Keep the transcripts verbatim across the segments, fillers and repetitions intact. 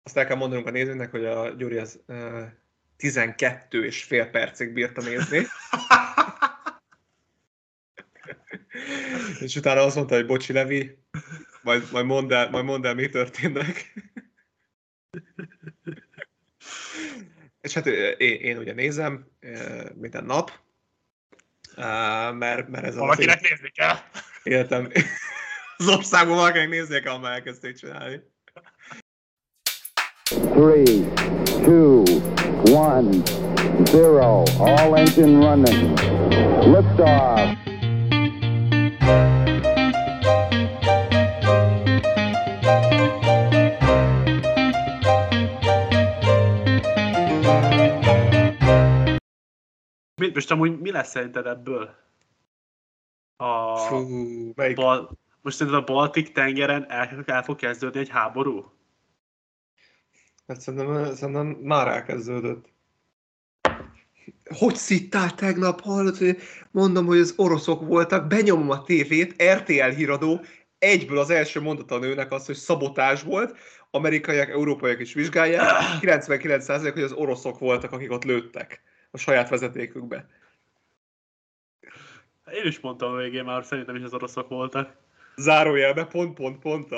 Azt el kell mondanunk a nézőnek, hogy a Gyuri az uh, tizenkettő és fél percig bírta nézni. És utána azt mondta, hogy bocsi, Levi, majd, majd, mondd el, majd mondd el, mi történnek. És hát én, én ugye nézem minden nap, mert, mert ez valakinek az nézni kell. Életem. Az országban valakinek nézni kell, ha elkezdték csinálni. Three, two, one, zero. All engine running. Liftoff. Most amúgy mi lesz szerinted ebből? A... Fú, melyik? Bal... Most szerinted a Baltik tengeren el, el fog kezdődni egy háború? Hát szerintem, szerintem már elkezdődött. Hogy szittál tegnap? Hallod, hogy mondom, hogy az oroszok voltak, benyomom a tévét, er té el híradó, egyből az első mondata a nőnek az, hogy szabotás volt, amerikaiak, európaiak is vizsgálják, kilencvenkilenc százalék, hogy az oroszok voltak, akik ott lőttek a saját vezetékükbe. Én is mondtam a végén már, szerintem is az oroszok voltak. Zárójelbe, pont, pont, pont.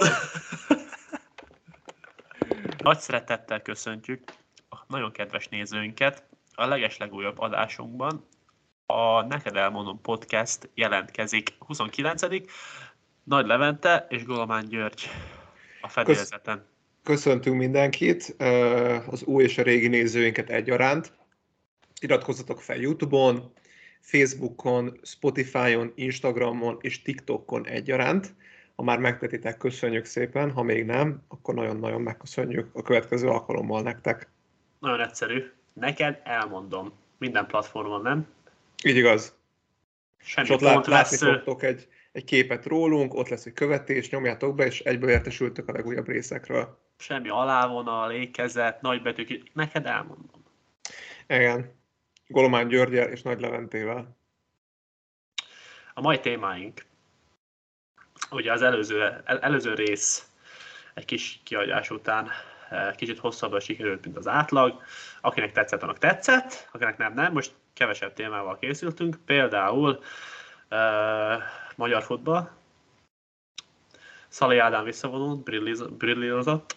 Nagy szeretettel köszöntjük a nagyon kedves nézőinket a legeslegújabb adásunkban. A Neked Elmondom podcast jelentkezik huszonkilencedik Nagy Levente és Golomán György a fedélzeten. Köszöntünk mindenkit, az új és a régi nézőinket egyaránt. Iratkozzatok fel YouTube-on, Facebookon, Spotify-on, Instagramon és TikTokon egyaránt. Ha már megtetitek, köszönjük szépen, ha még nem, akkor nagyon-nagyon megköszönjük a következő alkalommal nektek. Nagyon egyszerű. Neked elmondom. Minden platformon, nem? Így igaz. Semmi és ott pont látni vesző. fogtok egy, egy képet rólunk, ott lesz egy követés, nyomjátok be, és egyből értesültök a legújabb részekről. Semmi alávonal, ékezet, nagybetűk. Neked elmondom. Igen. Golomán Györgyel és Nagy Leventével. A mai témáink, ugye az előző, el, előző rész egy kis kiadás után kicsit hosszabbra sikerült, mint az átlag. Akinek tetszett, annak tetszett, akinek nem, nem. Most kevesebb témával készültünk, például uh, magyar futball. Szalai Ádám visszavonult, brillírozott.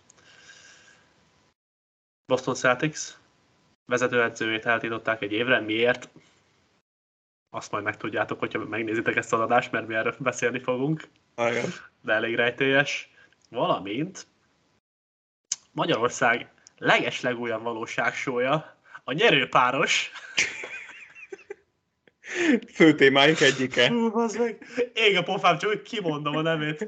Boston Celtics vezetőedzőjét eltiltották egy évre. Miért? Azt majd megtudjátok, hogyha megnézitek ezt az adást, mert mi erről beszélni fogunk. Igen. De elég rejtélyes. Valamint Magyarország legeslegújabb valóságsója, a nyerőpáros. Fő témáink egyike. Hú, az meg. Ég a pofám, csak kimondom a nevét.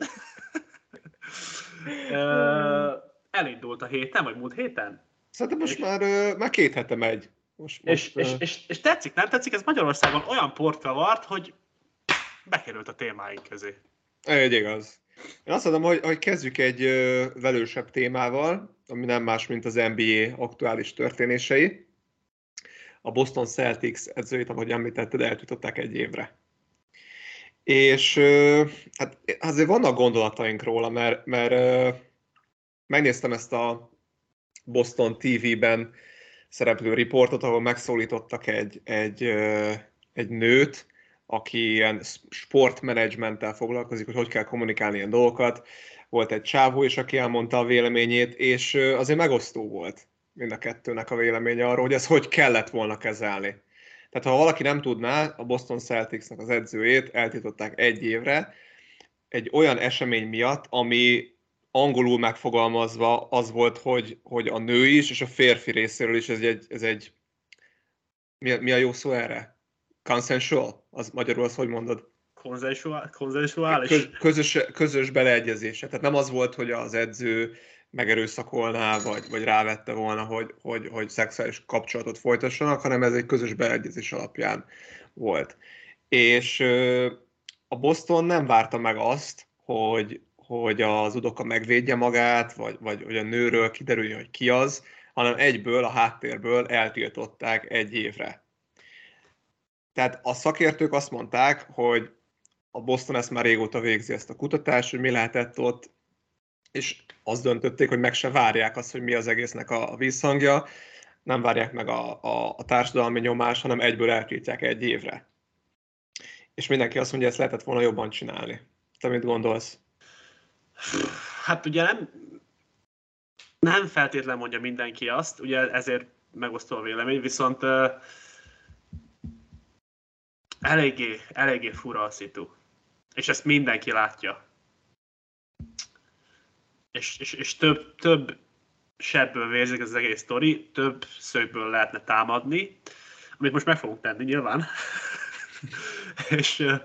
Elindult a hét, nem vagy múlt héten? Szerintem most és, már, már két hete megy. Most, és, most, és, és, és tetszik, nem tetszik? Ez Magyarországon olyan port kavart, hogy bekerült a témáink közé. Egy igaz. Én azt mondom, hogy, hogy kezdjük egy ö, velősebb témával, ami nem más, mint az en bé á aktuális történései. A Boston Celtics edzőjét, ahogy említetted, eltiltották egy évre. És ö, hát azért vannak gondolataink róla, mert, mert ö, megnéztem ezt a Boston té vében szereplő riportot, ahol megszólítottak egy, egy, ö, egy nőt, aki ilyen sportmenedzsmenttel foglalkozik, hogy hogy kell kommunikálni ilyen dolgokat. Volt egy csávó is, aki elmondta a véleményét, és azért megosztó volt mind a kettőnek a véleménye arról, hogy ez hogy kellett volna kezelni. Tehát ha valaki nem tudná, a Boston Celticsnek az edzőjét eltiltották egy évre egy olyan esemény miatt, ami angolul megfogalmazva az volt, hogy, hogy a nő is, és a férfi részéről is ez egy, ez egy mi, a, mi a jó szó erre? Consensual? Az magyarul az hogy mondod? Konzensuális? Köz, közös, közös beleegyezése. Tehát nem az volt, hogy az edző megerőszakolná, vagy, vagy rávette volna, hogy, hogy, hogy szexuális kapcsolatot folytassanak, hanem ez egy közös beleegyezés alapján volt. És a Boston nem várta meg azt, hogy, hogy az udoka megvédje magát, vagy, vagy hogy a nőről kiderüljön, hogy ki az, hanem egyből a háttérből eltiltották egy évre. Tehát a szakértők azt mondták, hogy a Boston ezt már régóta végzi ezt a kutatást, hogy mi lehetett ott, és azt döntötték, hogy meg se várják azt, hogy mi az egésznek a, a visszhangja, nem várják meg a, a, a társadalmi nyomást, hanem egyből eltiltják egy évre. És mindenki azt mondja, ezt lehetett volna jobban csinálni. Te mit gondolsz? Hát ugye nem, nem feltétlenül mondja mindenki azt, ugye ezért megosztó a vélemény, viszont uh, eléggé, eléggé fura a szitu. És ezt mindenki látja. És, és, és több, több sebből vérzik az egész sztori, több szögből lehetne támadni, amit most meg fogunk tenni nyilván. És uh,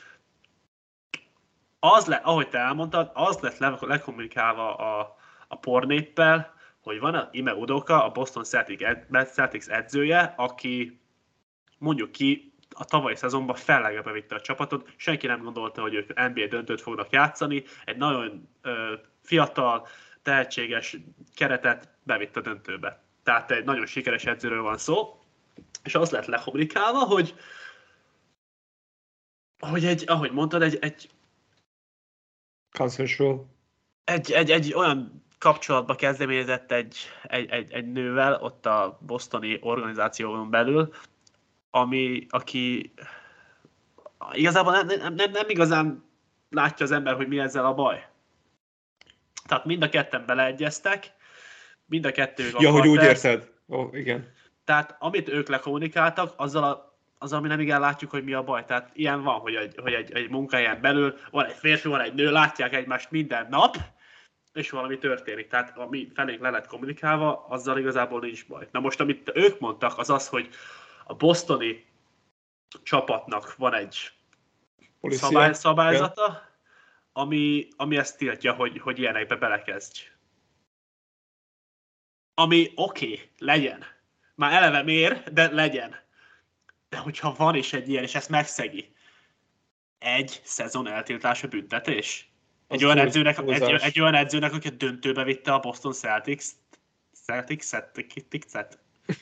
az le, ahogy te elmondtad, az lett le, lekommunikálva a, a pornéppel, hogy van a Ime Udoka, a Boston Celtics edzője, aki mondjuk ki a tavalyi szezonban fellegebe vitte a csapatot, senki nem gondolta, hogy ők en bé á döntőt fognak játszani, egy nagyon ö, fiatal, tehetséges keretet bevitt a döntőbe. Tehát egy nagyon sikeres edzőről van szó, és az lett lekommunikálva, hogy, hogy egy, ahogy mondtad, egy, egy Consensual. Egy, egy, egy olyan kapcsolatba kezdeményezett egy, egy, egy, egy nővel ott a bostoni organizáción belül, ami, aki igazából nem, nem, nem, nem igazán látja az ember, hogy mi ezzel a baj. Tehát mind a ketten beleegyeztek, mind a kettők Ja, hogy úgy érted. Ó, igen. Tehát amit ők lekommunikáltak, azzal a az, ami nem igen látjuk, hogy mi a baj. Tehát ilyen van, hogy egy, hogy egy, egy munkahelyen belül van egy férfi, van egy nő, látják egymást minden nap, és valami történik. Tehát ami felénk le lett kommunikálva, azzal igazából nincs baj. Na most, amit ők mondtak, az az, hogy a bostoni csapatnak van egy szabály, szabályzata, ami, ami ezt tiltja, hogy, hogy ilyenekbe belekezdj. Ami oké, okay, legyen. Már eleve mér, de legyen. De hogyha van is egy ilyen, és ezt megszegi, egy szezon eltiltása büntetés? Egy olyan, edzőnek, egy, egy olyan edzőnek, aki a döntőbe vitte a Boston Celtics, Celtics-et?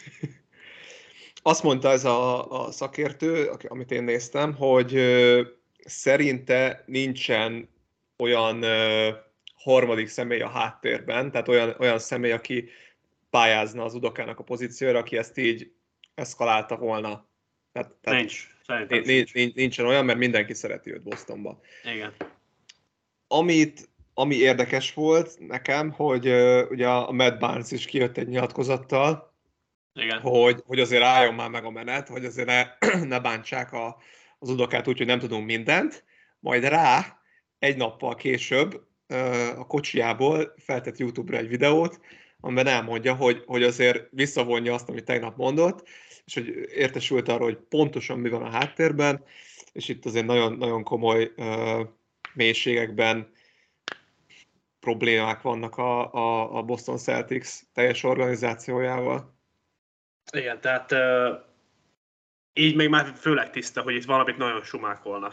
Azt mondta ez a, a szakértő, amit én néztem, hogy ö, szerinte nincsen olyan ö, harmadik személy a háttérben, tehát olyan, olyan személy, aki pályázna az Udokának a pozícióra, aki ezt így eszkalálta volna. Tehát, tehát nincs. Nincs, nincs. Nincs, nincsen olyan, mert mindenki szereti őt Bostonba. Igen. Amit, ami érdekes volt nekem, hogy uh, ugye a Matt Barnes is kijött egy nyilatkozattal, igen. Hogy, hogy azért álljon már meg a menet, hogy azért ne, ne bántsák a, az Udokát úgy, hogy nem tudunk mindent, majd rá egy nappal később uh, a kocsijából feltett YouTube-ra egy videót, amiben elmondja, hogy, hogy azért visszavonja azt, amit tegnap mondott, és hogy értesült arról, hogy pontosan mi van a háttérben, és itt azért nagyon, nagyon komoly uh, mélységekben problémák vannak a, a, a Boston Celtics teljes organizációjával. Igen, tehát uh, így még már főleg tiszta, hogy itt valamit nagyon sumákolnak.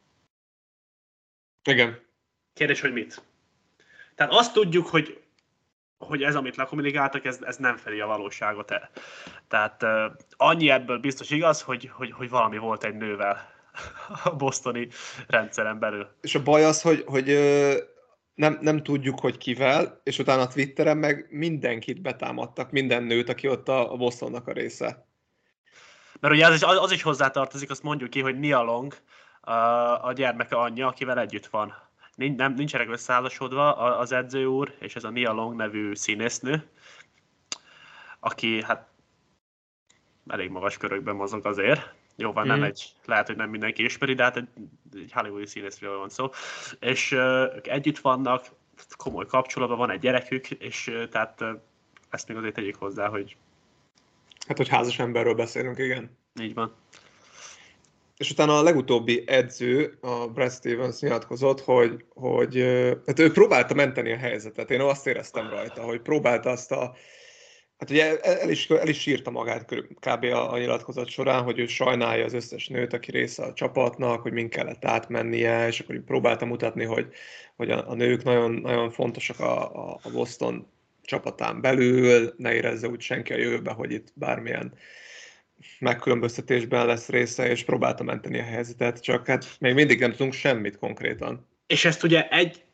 Igen. Kérdés, hogy mit? Tehát azt tudjuk, hogy hogy ez, amit lekommunikáltak, ez, ez nem fedi a valóságot el. Tehát uh, annyi ebből biztos igaz, hogy, hogy, hogy valami volt egy nővel a bostoni rendszeren belül. És a baj az, hogy, hogy uh, nem, nem tudjuk, hogy kivel, és utána a Twitteren meg mindenkit betámadtak, minden nőt, aki ott a, a Bostonnak a része. Mert ugye az is, az is hozzátartozik, azt mondjuk ki, hogy Nia Long uh, a gyermeke anyja, akivel együtt van. Nincs, nem, nincsenek összeházasodva az edző úr, és ez a Nia Long nevű színésznő, aki hát elég magas körökben mozog azért. Jó van, mm. nem egy, lehet, hogy nem mindenki ismeri, de hát egy, egy hollywoodi színészről van szó. És uh, ők együtt vannak, komoly kapcsolatban, van egy gyerekük, és uh, tehát uh, ezt még azért tegyük hozzá, hogy... Hát, hogy házas emberről beszélünk, igen. Így van. És utána a legutóbbi edző, a Brad Stevens nyilatkozott, hogy, hogy hát ő próbálta menteni a helyzetet. Én azt éreztem rajta, hogy próbálta azt a... Hát ugye el is, el is sírta magát kb. A, a nyilatkozat során, hogy ő sajnálja az összes nőt, aki része a csapatnak, hogy min kellett átmennie, és akkor próbálta mutatni, hogy, hogy a, a nők nagyon, nagyon fontosak a, a Boston csapatán belül, ne érezze úgy senki a jövőben, hogy itt bármilyen megkülönböztetésben lesz része, és próbálta menteni a helyzetet, csak hát még mindig nem tudunk semmit konkrétan. És ezt ugye egy,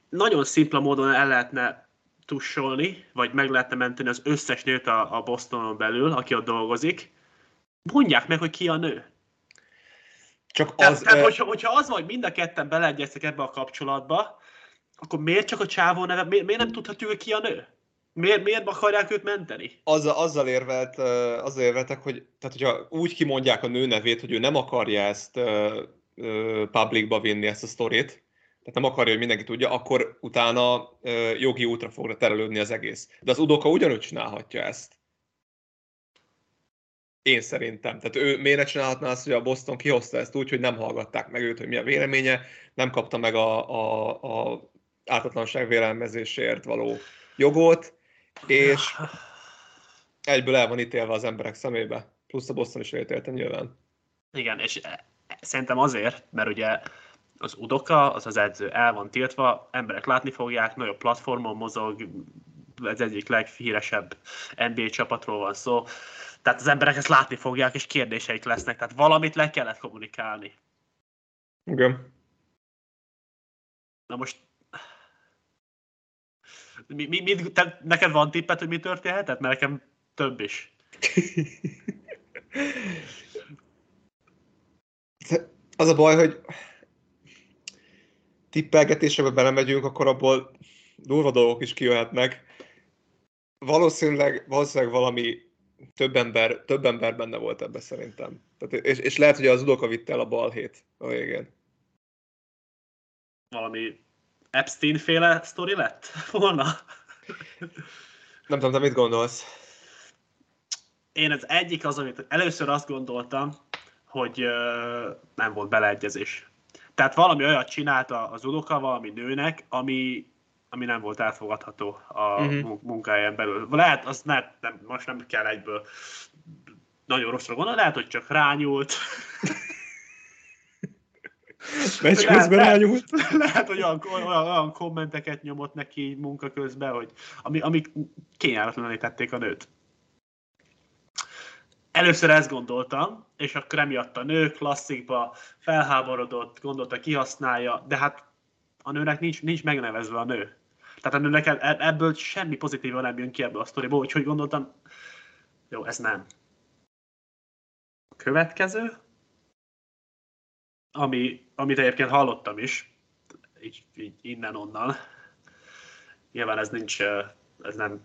nagyon szimpla módon el lehetne tussolni, vagy meg lehetne menteni az összes nőt a, a Bostonon belül, aki ott dolgozik. Mondják meg, hogy ki a nő. Csak Tehát, az, tehát ö... hogyha, hogyha az van, hogy mind a ketten beleegyeztek ebbe a kapcsolatba, akkor miért csak a csávó neve, miért, miért nem tudhatjuk, hogy ki a nő? Miért, miért akarják őt menteni? Azzal, azzal, érvelt, azzal érveltek, hogy tehát, hogyha úgy kimondják a nő nevét, hogy ő nem akarja ezt uh, uh, publicba vinni, ezt a sztorit, tehát nem akarja, hogy mindenki tudja, akkor utána uh, jogi útra fogra terelődni az egész. De az Udoka ugyanúgy csinálhatja ezt. Én szerintem. Tehát ő miért ne csinálhatná azt, hogy a Boston kihozta ezt úgy, hogy nem hallgatták meg őt, hogy mi a véleménye, nem kapta meg a, a, a ártatlanság vélelmezésért való jogot, és egyből el van ítélve az emberek szemébe. Plusz a Boston is elítélte nyilván. Igen, és szerintem azért, mert ugye az Udoka, az az edző el van tiltva, emberek látni fogják, nagyobb platformon mozog, az egyik leghíresebb en bé á csapatról van szó, tehát az emberek ezt látni fogják, és kérdéseik lesznek, tehát valamit le kellett kommunikálni. Igen. Na most, mi, mi, mi, te, neked van tippet, hogy mi történhetett? Mert nekem több is. Az a baj, hogy tippelgetésekbe belemegyünk, akkor abból durva dolgok is kijöhetnek. Valószínűleg, valószínűleg valami több ember, több ember benne volt ebbe szerintem. Tehát, és, és lehet, hogy az Udoka vitte el a balhét a végén. Valami Epstein-féle sztori lett volna? Nem tudom, te mit gondolsz? Én az egyik az, amit először azt gondoltam, hogy uh, nem volt beleegyezés. Tehát valami olyat csinálta az Udoka valami nőnek, ami, ami nem volt elfogadható a uh-huh. munkáján belül. Lehet, az ne, nem, most nem kell egyből nagyon rosszra gondolni, lehet, hogy csak rányult. Meccs közben rányult. Lehet, lehet, hogy olyan, olyan, olyan kommenteket nyomott neki munka közben, hogy, ami, amik kényelmetlenül tették a nőt. Először ezt gondoltam, és akkor emiatt a nő klasszikba felháborodott, gondolta, kihasználja, de hát a nőnek nincs, nincs megnevezve a nő. Tehát a nőnek ebből semmi pozitíva nem jön ki ebből a sztoriból, úgyhogy gondoltam, jó, ez nem. A következő, ami, amit egyébként hallottam is, így, így innen-onnan, nyilván ez nincs, ez nem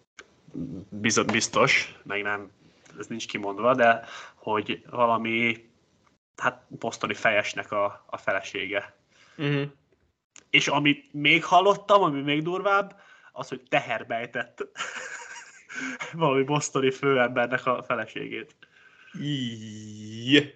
biztos, meg nem, ez nincs kimondva, de hogy valami, hát bostoni fejesnek a, a felesége. Uh-huh. És amit még hallottam, ami még durvább, az, hogy teherbejtett valami bostoni főembernek a feleségét. Iiii.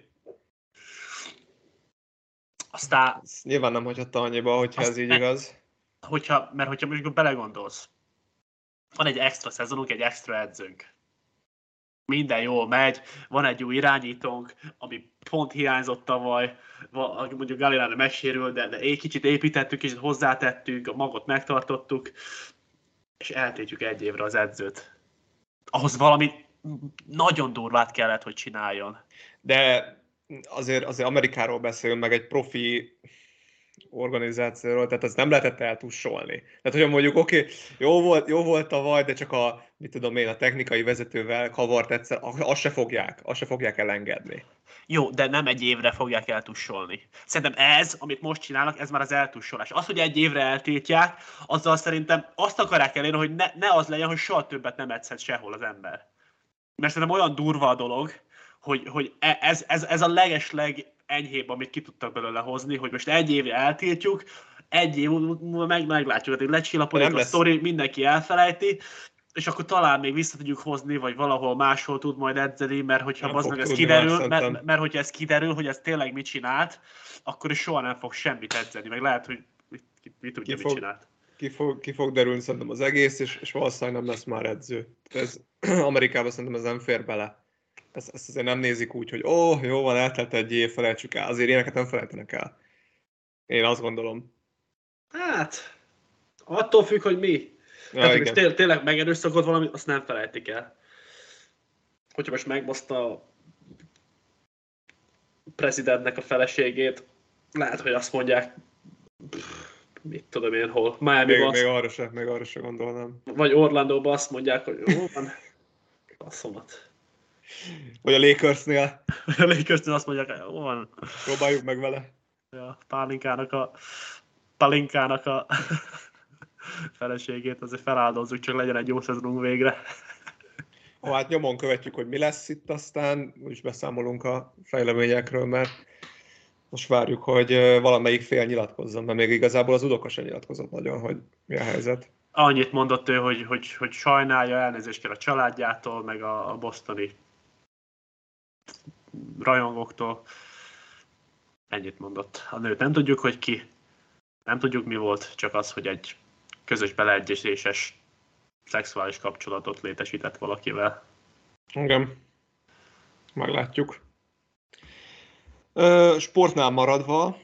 Aztán... Ez nyilván nem hagyhatta annyiba, hogyha ez így me- igaz. Hogyha, mert hogyha most belegondolsz, van egy extra szezonunk, egy extra edzőnk. Minden jól megy, van egy új irányítónk, ami pont hiányzott tavaly, mondjuk Gallinari megsérült, de, de egy kicsit építettük, és hozzátettük, a magot megtartottuk, és eltétjük egy évre az edzőt. Ahhoz valami nagyon durvát kellett, hogy csináljon. De azért, azért Amerikáról beszélünk, meg egy profi organizációról, tehát ez nem lehetett eltussolni. Tehát, hogy mondjuk, oké, okay, jó volt, jó volt tavaly, de csak a, mit tudom én, a technikai vezetővel kavart egyszer, azt se fogják, azt se fogják elengedni. Jó, de nem egy évre fogják eltussolni. Szerintem ez, amit most csinálnak, ez már az eltussolás. Az, hogy egy évre eltiltják, azzal szerintem azt akarják elérni, hogy ne, ne az legyen, hogy soha többet nem edzhet sehol az ember. Mert szerintem olyan durva a dolog, hogy, hogy ez, ez, ez a legesleg enyhébb, amit ki tudtak belőle hozni, hogy most egy évre eltiltjuk, egy év múlva meg, meglátjuk, hogy lecsillapodik a sztori, mindenki elfelejti, és akkor talán még vissza tudjuk hozni, vagy valahol máshol tud majd edzeni, mert hogyha az meg ez kiderül, mert, mert hogyha ez kiderül, hogy ez tényleg mit csinált, akkor is soha nem fog semmit edzeni, meg lehet, hogy mit, mit tudja, ki mit fog, csinált. Ki fog, ki fog derülni szerintem az egész, és, és valószínűleg nem lesz már edző. Ez, Amerikában szerintem ez nem fér bele. Ezt, ezt azért nem nézik úgy, hogy ó, oh, jó van, eltelt egy év, felejtsük el. Azért ilyeneket nem felejtenek el. Én azt gondolom. Hát, attól függ, hogy mi. Ja, tehát, hogy té- tényleg megerőszakolt valamit, azt nem felejtik el. Hogyha most megmoszta a prezidentnek a feleségét, lehet, hogy azt mondják, mit tudom én hol, Miami Még, van, még, arra se, még arra se gondolnám. vagy Orlandóban azt mondják, hogy jó van, basszomat. Vagy a Lakersnél. A Lakersnél azt mondják, hogy jó van. Próbáljuk meg vele. Ja, Pálinkának a, Palinkának a feleségét azért feláldozzuk, csak legyen egy jó szezonunk végre. Ha hát nyomon követjük, hogy mi lesz itt, aztán úgyis beszámolunk a fejleményekről, mert most várjuk, hogy valamelyik fél nyilatkozzon, mert még igazából az Udoka sem nyilatkozott nagyon, hogy mi a helyzet. Annyit mondott ő, hogy, hogy, hogy sajnálja, elnézést kell a családjától, meg a, a bostoni rajongóktól. Ennyit mondott. A nőt nem tudjuk, hogy ki. Nem tudjuk, mi volt, csak az, hogy egy közös beleegyezéses szexuális kapcsolatot létesített valakivel. Igen. Meglátjuk. Sportnál maradva,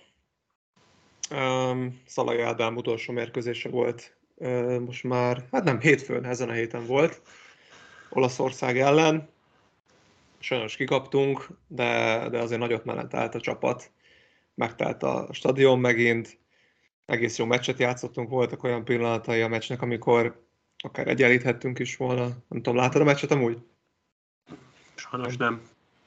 Szalai Ádám utolsó mérkőzése volt most már, hát nem, hétfőn, ezen a héten volt, Olaszország ellen. Sajnos kikaptunk, de, de azért nagyot mellett állt a csapat. Megtelt a stadion megint, egész jó meccset játszottunk, voltak olyan pillanatai a meccsnek, amikor akár egyenlíthettünk is volna. Nem tudom, látod a meccset amúgy? Sajnos nem.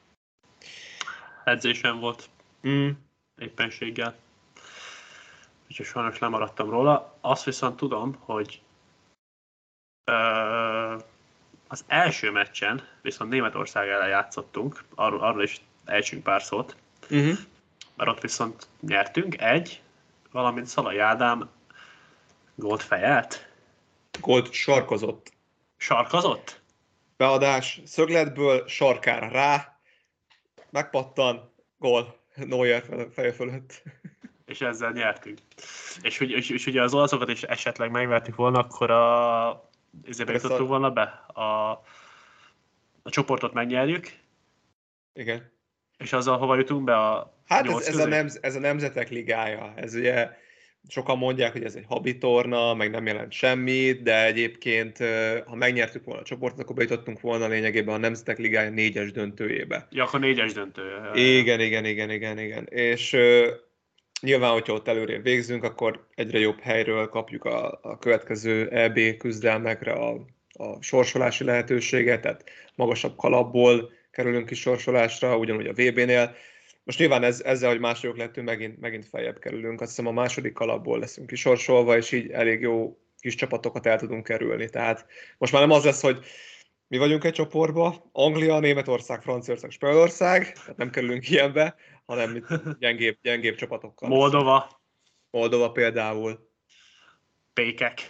Edzésem volt. Mm. Éppenséggel. Úgyhogy sajnos lemaradtam róla. Azt viszont tudom, hogy ö, az első meccsen viszont Németország ellen játszottunk, arról, arról is ejtsünk pár szót, Uh-huh. mert ott viszont nyertünk egy, valamint Szalai Ádám gólt fejelt. Gólt sarkozott. Sarkazott? Beadás szögletből, sarkára rá, megpattan, gól, Neuer feje fölött. És ezzel nyertünk. És, és, és ugye az olaszokat is esetleg megvertük volna, akkor a, ezért bejutottunk volna be. A, a csoportot megnyerjük. Igen. És azzal hova jutunk be a Hát ez, ez, a nemz, ez a Nemzetek Ligája. Ez ugye, sokan mondják, hogy ez egy habitorna, meg nem jelent semmit, de egyébként, ha megnyertük volna a csoportot, akkor bejutottunk volna lényegében a Nemzetek Ligája négyes döntőjébe. Ja, akkor négyes döntő. Igen, igen, igen, igen, igen. És uh, nyilván, hogyha ott előrébb végzünk, akkor egyre jobb helyről kapjuk a, a következő é bé küzdelmekre a, a sorsolási lehetőséget, tehát magasabb kalapból kerülünk ki sorsolásra, ugyanúgy a vé bénél. Most nyilván ez, ezzel, hogy másodikok lettünk, megint, megint feljebb kerülünk. Azt hiszem a második kalapból leszünk kisorsolva, és így elég jó kis csapatokat el tudunk kerülni. Tehát most már nem az lesz, hogy mi vagyunk egy csoportban, Anglia, Németország, Franciaország, Spanyolország, tehát nem kerülünk ilyenbe, hanem itt gyengébb, gyengébb csapatokkal. Moldova. Leszünk. Moldova például. Pékek.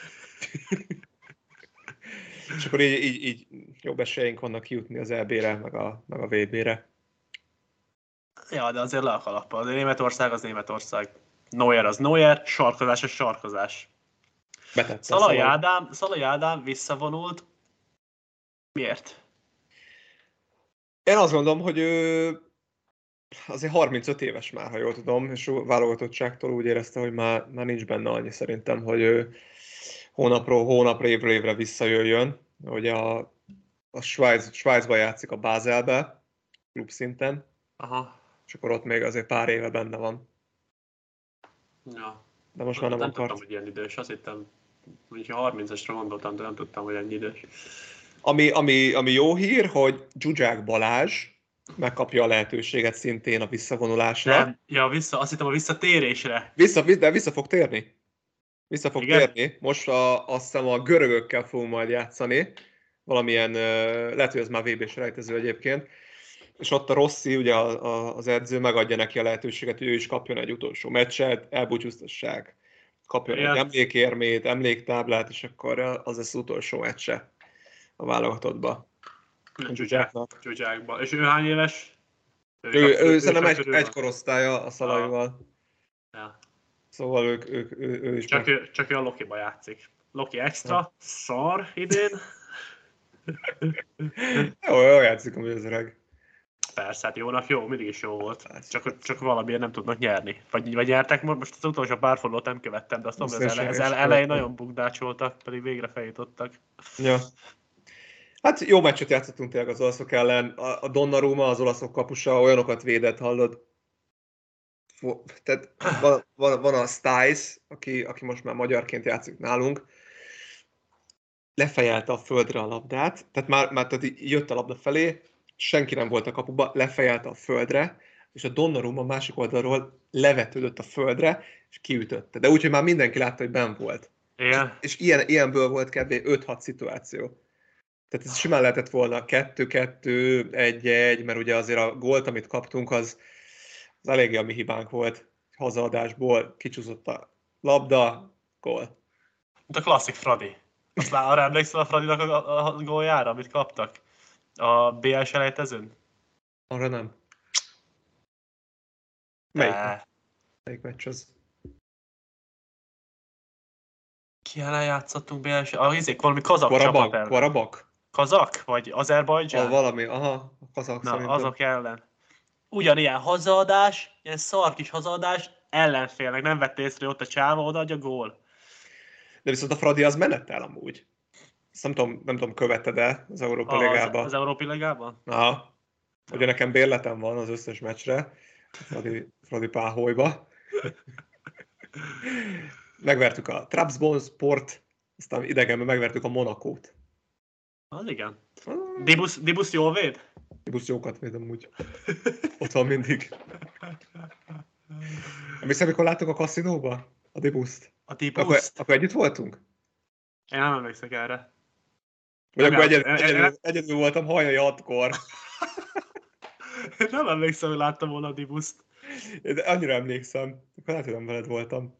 És akkor így, így, így jobb esélyeink vannak kijutni az é bé-re, meg a, meg a vé bé-re. Ja, de azért le a kalappal. Az Németország az Németország. Neuer az Neuer, sarkozás az sarkozás. Szalai Ádám, Szalai Ádám visszavonult. Miért? Én azt gondolom, hogy ő azért harmincöt éves már, ha jól tudom, és válogatottságtól úgy érezte, hogy már, már nincs benne annyi szerintem, hogy ő hónapról hónapra, évről évre visszajöjjön. Ugye a, a Svájc, Svájcban játszik a Baselbe, klub szinten, Aha. és akkor ott még azért pár éve benne van. Ja. De most már nem, nem akart. tudtam, hogy ilyen idős. Azt hittem, hogy harmincasra gondoltam, de nem tudtam, hogy ennyi idős. Ami, ami, ami jó hír, hogy Zsuzsák Balázs megkapja a lehetőséget szintén a visszavonulásra. Nem, ja, vissza, azt hittem a visszatérésre. Vissza, de vissza fog térni. Vissza fog Igen? térni. Most a, azt hiszem a görögökkel fogunk majd játszani. Valamilyen, lehet, hogy ez már vé bé-s rejtező egyébként. És ott a Rossi, ugye a, a, az edző megadja neki a lehetőséget, hogy ő is kapjon egy utolsó meccset, elbúcsúztassák, kapjon Igen. egy emlékérmét, emléktáblát, és akkor az lesz az utolsó meccse a válogatottba. Zsuzsákba. És ő hány éves? Ő, ő, ő, ő szerintem egy, körül egy van. korosztálya a Szalaival. Ja. Szóval ők, ők, ő, ő is Csak meg... ő, csak ő a Lokiba játszik. Loki extra, ja. Szar idén. Jó, jó játszik amúgy az öreg. Persze, hát jónak jó, mindig is jó volt. Csak, csak valamiért nem tudnak nyerni. Vagy, vagy nyertek, most az utolsó pár fordulót nem követtem, de azt mondom, hogy az, ele, az ele, elején nagyon bukdácsoltak, pedig végre feljutottak. Ja. Hát jó meccset játszottunk tényleg az olaszok ellen. A Donnarumma, az olaszok kapusa olyanokat védett, hallod. tehát van, van, van a Stiles, aki, aki most már magyarként játszik nálunk, lefejelte a földre a labdát, tehát már, már tehát jött a labda felé, senki nem volt a kapuba, lefejelte a földre, és a Donnarumma a másik oldalról levetődött a földre, és kiütötte. De úgy, hogy már mindenki látta, hogy benn volt. Igen. És ilyen, ilyenből volt kb. öt-hat szituáció. Tehát ez simán lehetett volna kettő-kettő, egy-egy, mert ugye azért a gólt, amit kaptunk, az, az eléggé a mi hibánk volt. Hazaadásból kicsúszott a labda, gól. Mint a klasszik Fradi. Azt lá, arra emlékszel a Fradinak a, a, a góljára, amit kaptak? A bé el selejtezőn? Arra nem. Melyik, De... melyik meccs az? Ki ellen játszottunk bé el selejtezőn? Ah, izék, valami kazak csapat Karabak? ellen. Karabak? Kazak? Vagy Azerbajdzsán? Ah, valami, aha, a kazak Na, szerintem. azok ellen. Ugyanilyen hazaadás, ilyen szar kis hazaadás, ellenfélnek nem vett észre, hogy ott a csáva odaadja, gól. De viszont a Fradi az menetel amúgy. Ezt nem tudom, nem tudom követed-e az Európa Az, Ligában. az Európai Ligában? Aha. Ugye nekem bérletem van az összes meccsre, Fradi, Fradi Páholyba. Megvertük a Trabzonsport, aztán idegenben megvertük a Monakót. Az igen. Dibusz, Dibusz jól véd? Dibusz jókat véd amúgy. Ott van mindig. Emlékszel, mikor láttuk a kaszinóba a Dibuszt? A Dibuszt? Akkor, akkor együtt voltunk? Én nem emlékszek erre. Vagy Nem akkor jár- egyedül, egyedül, egyedül voltam hajnali hatkor. Nem emlékszem, hogy láttam volna a Dibuszt. De annyira emlékszem. Akkor lehet, hogy nem veled voltam.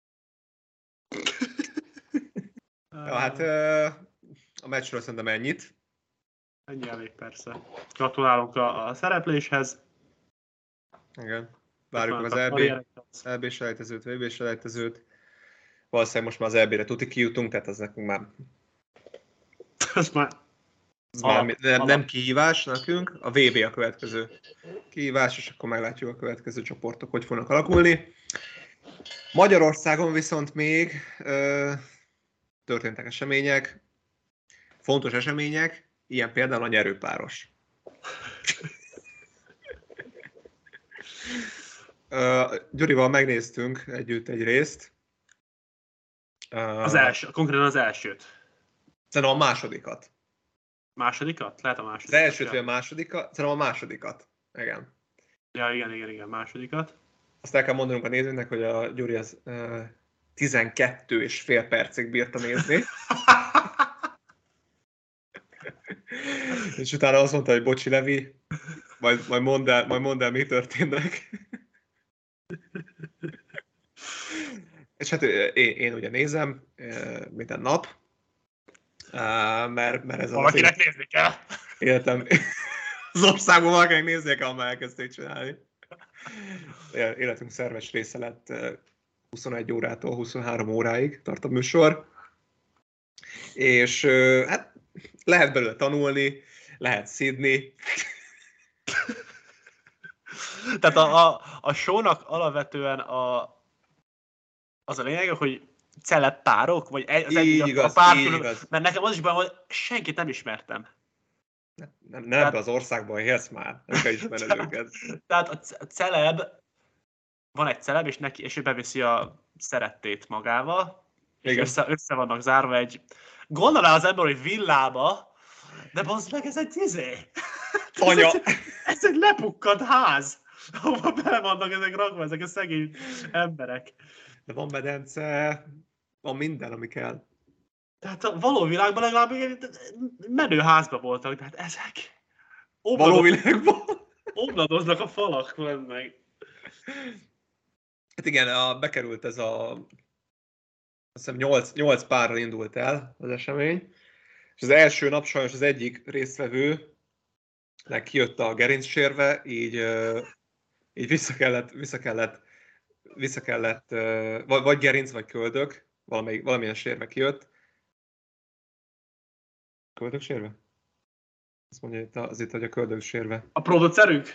Ja, hát a meccsről szerintem ennyit. Ennyi elég persze. Gratulálunk a, a szerepléshez. Igen. Várjuk meg az A é bé, karriereket. é bé selejtezőt, vé bé selejtezőt. Valószínűleg most már az é bé-re tuti kijutunk, tehát az nekünk már, Ez már az Alap, már nem, alap. nem kihívás nekünk. A vé bé a következő kihívás, és akkor meglátjuk a következő csoportok, hogy fognak alakulni. Magyarországon viszont még ö, történtek események, fontos események, ilyen például a nyerőpáros. Uh, Gyurival megnéztünk együtt egy részt. Uh, az első, konkrétan az elsőt. Szerintem a másodikat. Másodikat? Lehet a Az másodikat. elsőt vagy ja. a másodikat? Szerintem a másodikat. Igen. ja, igen, igen, igen, másodikat. Azt el kell mondanunk a nézőnek, hogy a Gyuri az uh, tizenkettő és fél percig bírta nézni. És utána azt mondta, hogy bocsi Levi, majd, majd, mondd el, majd mondd el, mi történnek. És hát én, én ugye nézem minden nap, mert, mert ez Valakinek az nézni kell. életem, az országban valakinek néznie kell, már elkezdték csinálni. Életünk szerves része lett huszonegy órától huszonhárom óráig tart a műsor. És hát lehet belőle tanulni, lehet szidni. Tehát a, a, a show-nak alapvetően a, az a lényeg, hogy celeb párok, vagy egy, az Így egy, igaz, a pár így külön, igaz. mert nekem az is bajom, hogy senkit nem ismertem. Nem, nem, nem ebbe az országban élsz már, nem kell ismerned őket. Tehát a c- celeb, van egy celeb, és, neki, és ő beviszi a szerettét magával, és össze, össze vannak zárva egy, gondolná az ember, hogy villába, de bazd meg, ez egy izé. Anya! Ez egy, ez egy lepukkant ház, ahova bele vannak ezek rakva, ezek a szegény emberek. De van medence, van minden, ami kell. Tehát a való világban legalább egy menő házban voltak, de hát ezek Való világban? omladoznak a falak, meg. Hát igen, a, bekerült ez a... Azt hiszem nyolc, nyolc párral indult el az esemény, és az első nap sajnos az egyik résztvevőnek kijött a gerincsérve, így, így vissza kellett, vissza kellett, vissza kellett vagy, vagy gerinc, vagy köldök, valamelyik, valamilyen sérve kijött. Köldök sérve? Azt mondja itt az itt, hogy a köldök sérve. A producerünk?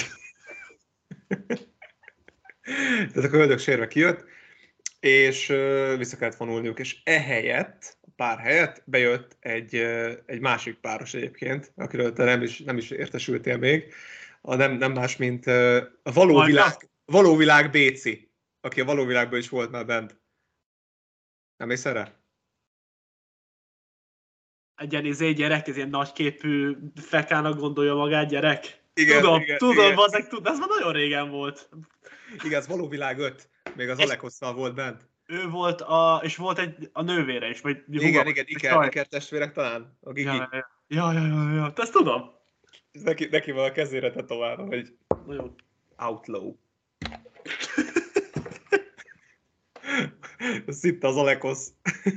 Tehát a köldök sérve kijött, és vissza kellett vonulniuk, és ehelyett, a pár helyett bejött egy, egy másik páros egyébként, akiről te nem is, nem is értesültél még, a nem, nem más, mint a való világ, Valóvilág Béci, aki a valóvilágban is volt már bent. Nem ész erre? Egy ilyen izé gyerek, ez ilyen nagyképű fekának gondolja magát gyerek. Igen, tudom, igen, tudom, igen. Bazeg, tudom, ez már nagyon régen volt. Igen, ez Valóvilág öt, még az Alekosszal volt bent. Ő volt, a, és volt egy, a nővére is, vagy Igen, húga, igen, Iker, Iker testvérek talán, a Gigi. Ja, ja, ja, ja, ja. Te ezt tudom. Neki, neki van a kezére tetoválva, hogy Nagyon. Outlaw. Ez itt az Alekosz.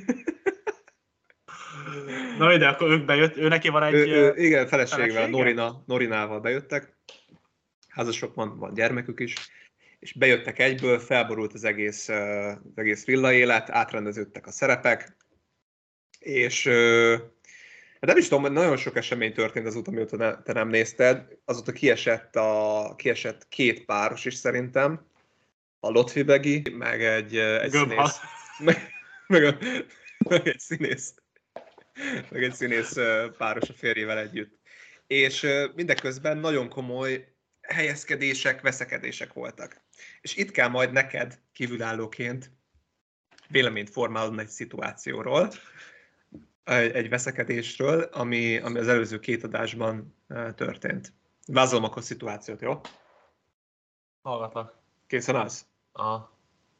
Na ide, akkor ők bejött, ő neki van egy... Ő, ő, igen, feleségvel, felesége? Norina, Norinával bejöttek. Házasok van, van gyermekük is. És bejöttek egyből, felborult az egész, az egész villa élet, átrendeződtek a szerepek. És nem is tudom, nagyon sok esemény történt azóta, mióta te nem nézted. Azóta kiesett, a, kiesett két páros is szerintem. A Lotfi-Begi, meg egy, egy színész. Meg, meg, a, meg egy színész. Meg egy színész páros a férjével együtt. És mindeközben nagyon komoly helyezkedések, veszekedések voltak. És itt kell majd neked kívülállóként véleményt formálni egy szituációról, egy, egy veszekedésről, ami, ami az előző két adásban történt. Vázolom akkor a szituációt, jó? Hallgatlak. Készen állsz? Aha.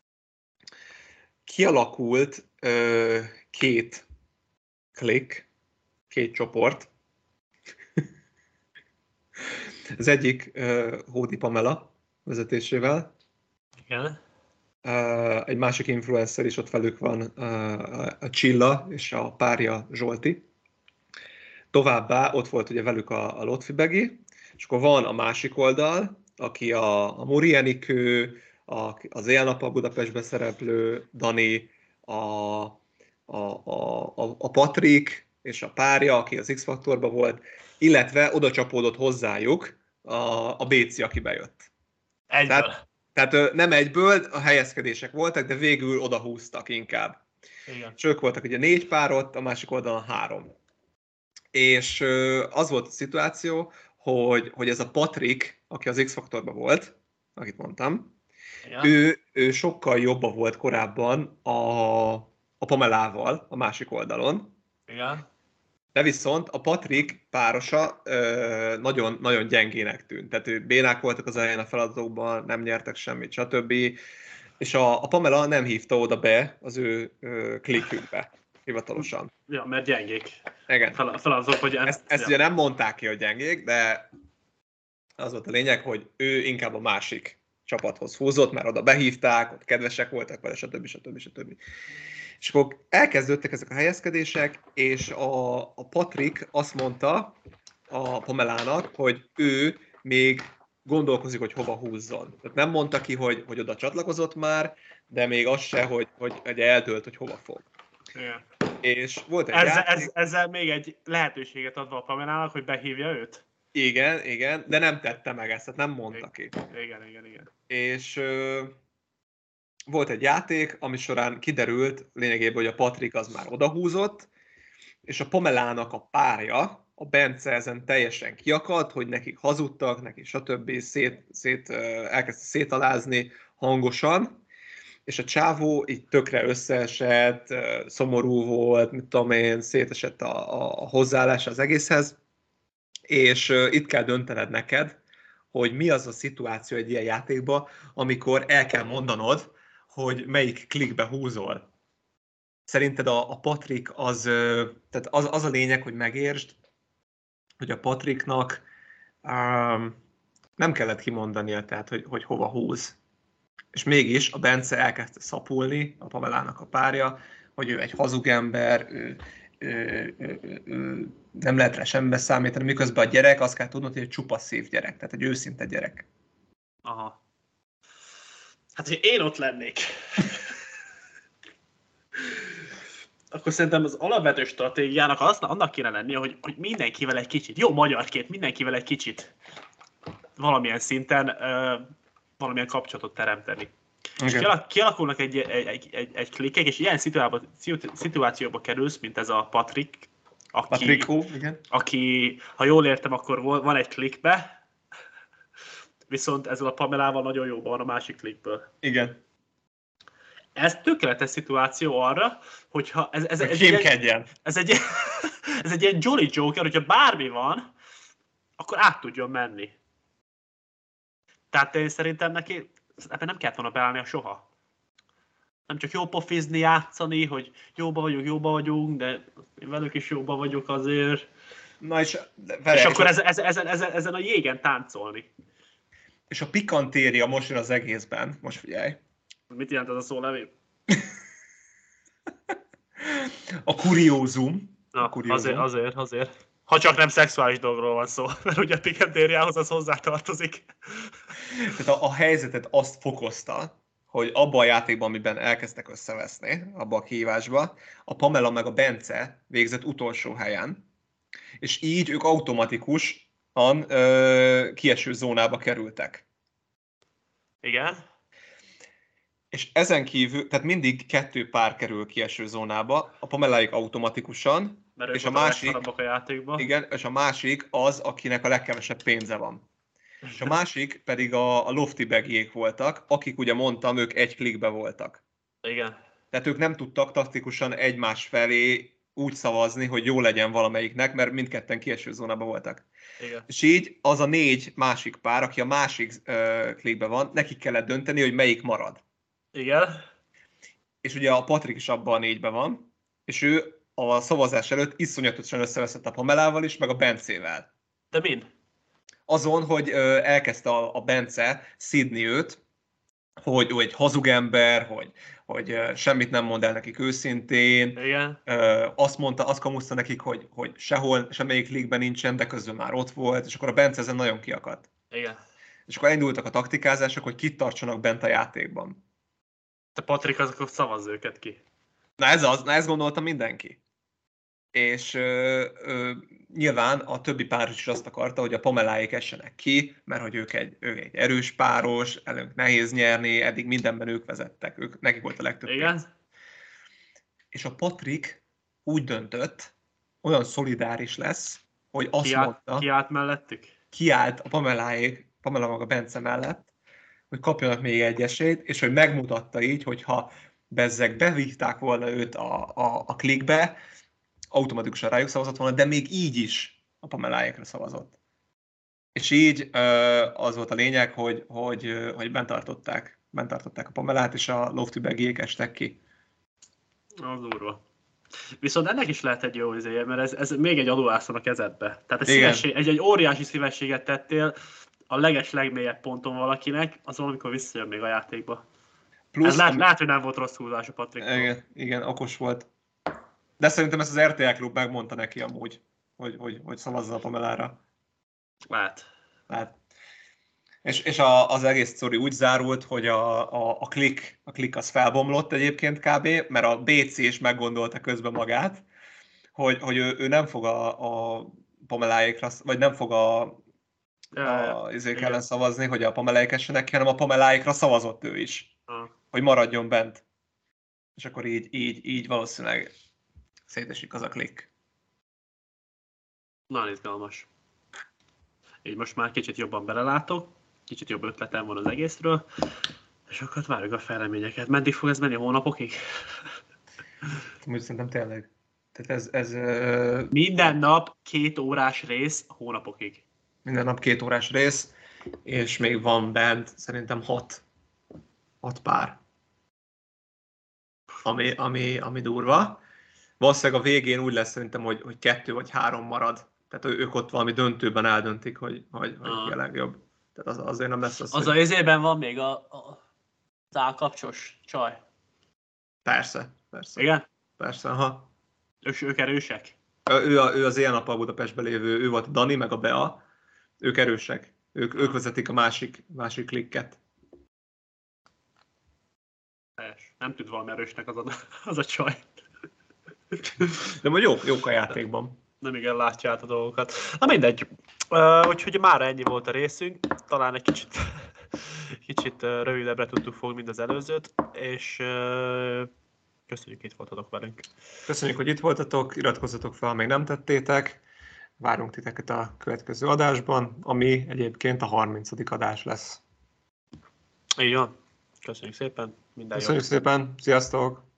Kialakult ö, két klik, két csoport. Az egyik uh, Hódi Pamela vezetésével. Igen. Uh, egy másik influencer is ott velük van, uh, a Csilla és a párja Zsolti. Továbbá ott volt ugye velük a, a Lotfi-Begi, és akkor van a másik oldal, aki a, a Muri Enikő, a, az Éjjel-nappal Budapestben szereplő Dani, a, a, a, a, a Patrik és a párja, aki az X-faktorban volt, illetve oda csapódott hozzájuk a, a Béci, aki bejött. Egyből. Tehát, tehát nem egyből, a helyezkedések voltak, de végül oda húztak inkább. Igen. És ők voltak ugye négy pár ott, a másik oldalon három. És az volt a szituáció, hogy, hogy ez a Patrik, aki az X-faktorban volt, akit mondtam, Igen. ő, ő sokkal jobban volt korábban a, a Pamelával, a másik oldalon. Igen. De viszont a Patrik párosa ö, nagyon, nagyon gyengének tűnt. Tehát ő bénák voltak az elején a feladatokban, nem nyertek semmit, stb. És a, a Pamela nem hívta oda be az ő ö, klikükbe, hivatalosan. Ja, mert gyengék. Igen. Fel, feladatok, hogy... Ezt, ezt ja. ugye nem mondták ki, hogy gyengék, de az volt a lényeg, hogy ő inkább a másik csapathoz húzott, mert oda behívták, ott kedvesek voltak vele, stb. stb. stb. És akkor elkezdődtek ezek a helyezkedések, és a, a Patrik azt mondta a Pamelának, hogy ő még gondolkozik, hogy hova húzzon. Tehát nem mondta ki, hogy, hogy oda csatlakozott már, de még az se, hogy, hogy, hogy eldőlt, hogy hova fog. Igen. És volt egy ezzel, játék... ez, ezzel még egy lehetőséget adva a Pamelának, hogy behívja őt? Igen, igen, de nem tette meg ezt, tehát nem mondta ki. Igen, igen, igen. És ö, volt egy játék, ami során kiderült lényegében, hogy a Patrik az már odahúzott, és a Pamelának a párja, a Bence ezen teljesen kiakadt, hogy nekik hazudtak, nekik stb. Szét, szét, elkezdte szétalázni hangosan, és a csávó így tökre összeesett, szomorú volt, mit tudom én, szétesett a, a hozzáállás az egészhez, és itt kell döntened neked, hogy mi az a szituáció egy ilyen játékban, amikor el kell mondanod, hogy melyik klikbe húzol. Szerinted a, a Patrik az, tehát az, az a lényeg, hogy megértsd, hogy a Patriknak um, nem kellett kimondania, tehát, hogy, hogy hova húz. És mégis a Bence elkezdte szapulni, a Pamelának a párja, hogy ő egy hazug ember, ő, ő, ő, ő, ő nem lehet rá semmibe számítani, miközben a gyerek, azt kell tudnod, hogy egy csupa szív gyerek, tehát egy őszinte gyerek. Aha. Hát, hogy én ott lennék, akkor szerintem az alapvető stratégiának az, annak kéne lennie, hogy, hogy mindenkivel egy kicsit, jó magyarként, mindenkivel egy kicsit valamilyen szinten uh, valamilyen kapcsolatot teremteni. Okay. És kialak, kialakulnak egy, egy, egy, egy, egy klikek, és ilyen szituációba kerülsz, mint ez a Patrik, aki, Patriku, igen. aki, ha jól értem, akkor van egy klikbe, viszont ezzel a Pamelával nagyon jóban van a másik klikből. Igen. Ez tökéletes szituáció arra, hogyha ez, ez, ez, egy, ez, egy, ez egy ilyen Jolly Joker, hogyha bármi van, akkor át tudjon menni. Tehát én szerintem neki ebben nem kellett volna beállnia soha. Nem csak jó pofizni, játszani, hogy jóba vagyok, jóba vagyunk, de én velük is jóba vagyok azért. Na és, vele, és akkor és a... ezen, ezen, ezen, ezen a jégen táncolni. És a pikantéria most jön az egészben, most figyelj. Mit jelent ez a szó nevén? A kuriózum. Na, a kuriózum. Azért, azért, azért. Ha csak nem szexuális dolgról van szó, mert ugye a pikantériához az hozzátartozik. Tehát a, a helyzetet azt fokozta, hogy abban a játékban, amiben elkezdtek összeveszni, abban a kihívásban, a Pamela meg a Bence végzett utolsó helyen, és így ők automatikusan ö, kieső zónába kerültek. Igen. És ezen kívül, tehát mindig kettő pár kerül kieső zónába, a Pameláik automatikusan, mert és a másik, a játékban. Igen, és a másik az, akinek a legkevesebb pénze van. És a másik pedig a, a Lofty Bagjék voltak, akik ugye mondtam, ők egy klikbe voltak. Igen. Tehát ők nem tudtak taktikusan egymás felé úgy szavazni, hogy jó legyen valamelyiknek, mert mindketten kieső zónában voltak. Igen. És így az a négy másik pár, aki a másik uh, klikben van, nekik kellett dönteni, hogy melyik marad. Igen. És ugye a Patrik is abban a négyben van, és ő a szavazás előtt iszonyatosan összeveszett a Pamelával is, meg a Bencével. De min? Azon, hogy ö, elkezdte a, a Bence szidni őt, hogy ő egy hazug ember, hogy, hogy ö, semmit nem mond el nekik őszintén. Igen. Ö, azt mondta, azt kamuszta nekik, hogy, hogy sehol, semmelyik ligben nincsen, de közben már ott volt, és akkor a Bence ezen nagyon kiakadt. Igen. És akkor elindultak a taktikázások, hogy kit tartsanak bent a játékban. Te Patrik, azok szavazz őket ki. Na ez az, na ezt gondolta mindenki. És ö, ö, nyilván a többi páros is azt akarta, hogy a Pameláik essenek ki, mert hogy ők egy, ők egy erős páros, előnk nehéz nyerni, eddig mindenben ők vezettek, ők, nekik volt a legtöbb Igen. pénz. És a Patrik úgy döntött, olyan szolidáris lesz, hogy azt ki állt, mondta, ki állt mellettük? Kiállt a Pameláik, Pamela maga Bence mellett, hogy kapjanak még egy esélyt, és hogy megmutatta így, hogyha bezzeg bevívták volna őt a, a, a klikbe, automatikusan rájuk szavazott volna, de még így is a Pameláikra szavazott. És így az volt a lényeg, hogy, hogy, hogy bent tartották, bent tartották a Pamelát, és a Lofty Bagjék estek ki. Az durva. Viszont ennek is lehet egy jó izéje, mert ez, ez még egy adóászon a kezedbe. Tehát egy, szívesség, egy, egy óriási szívességet tettél a leges legmélyebb ponton valakinek, az valamikor visszajön még a játékba. Plusz, ez lát, lát, hogy nem volt rossz húzás a Patriktól. Igen, igen, okos volt. De szerintem ezt az er té el Klub megmondta neki amúgy, hogy, hogy, hogy szavazza a Pamelára. Lát. Lát. És, és a, az egész sztori úgy zárult, hogy a, a, a, klik, a klik az felbomlott egyébként kb., mert a bé cé is meggondolta közben magát, hogy, hogy ő, ő nem fog a, a Pameláikra, vagy nem fog a, a izék ellen szavazni, hogy a Pameláik essenek, hanem a Pameláikra szavazott ő is, ha. hogy maradjon bent. És akkor így, így, így valószínűleg szétesik az a klik. Nagyon izgalmas. Így most már kicsit jobban belelátok, kicsit jobb ötletem van az egészről, és akkor várjuk a fejleményeket. Meddig fog ez menni, hónapokig? Úgy szerintem tényleg. Tehát ez, ez, uh... Minden nap két órás rész hónapokig. Minden nap két órás rész, és még van bent szerintem hat, hat pár. Ami, ami, ami durva. Valószínűleg a végén úgy lesz szerintem, hogy, hogy kettő vagy három marad. Tehát ők ott valami döntőben eldöntik, hogy, hogy, hogy ki a legjobb. Tehát az, azért nem lesz az, Az hogy... a izében van még a, a az állkapcsos csaj. Persze, persze. Igen? Persze, aha. Ők, ők erősek? Ő, a, ő az éjjel-nappal Budapestben lévő, ő volt a Dani, meg a Bea. Ők erősek. Ők, ők vezetik a másik, másik klikket. Helyes. Nem tud valami erősnek az a, az a csaj. De majd jó, jók a játékban. Nem igen látja át a dolgokat. Na mindegy. Uh, úgyhogy már ennyi volt a részünk. Talán egy kicsit, kicsit uh, rövidebbre tudtuk fogni, mint az előzőt. És uh, köszönjük, itt voltatok velünk. Köszönjük, hogy itt voltatok. Iratkozzatok fel, ha még nem tettétek. várunk titeket a következő adásban, ami egyébként a harmincadik adás lesz. Így van. Köszönjük szépen. Minden Köszönjük szépen. Sziasztok!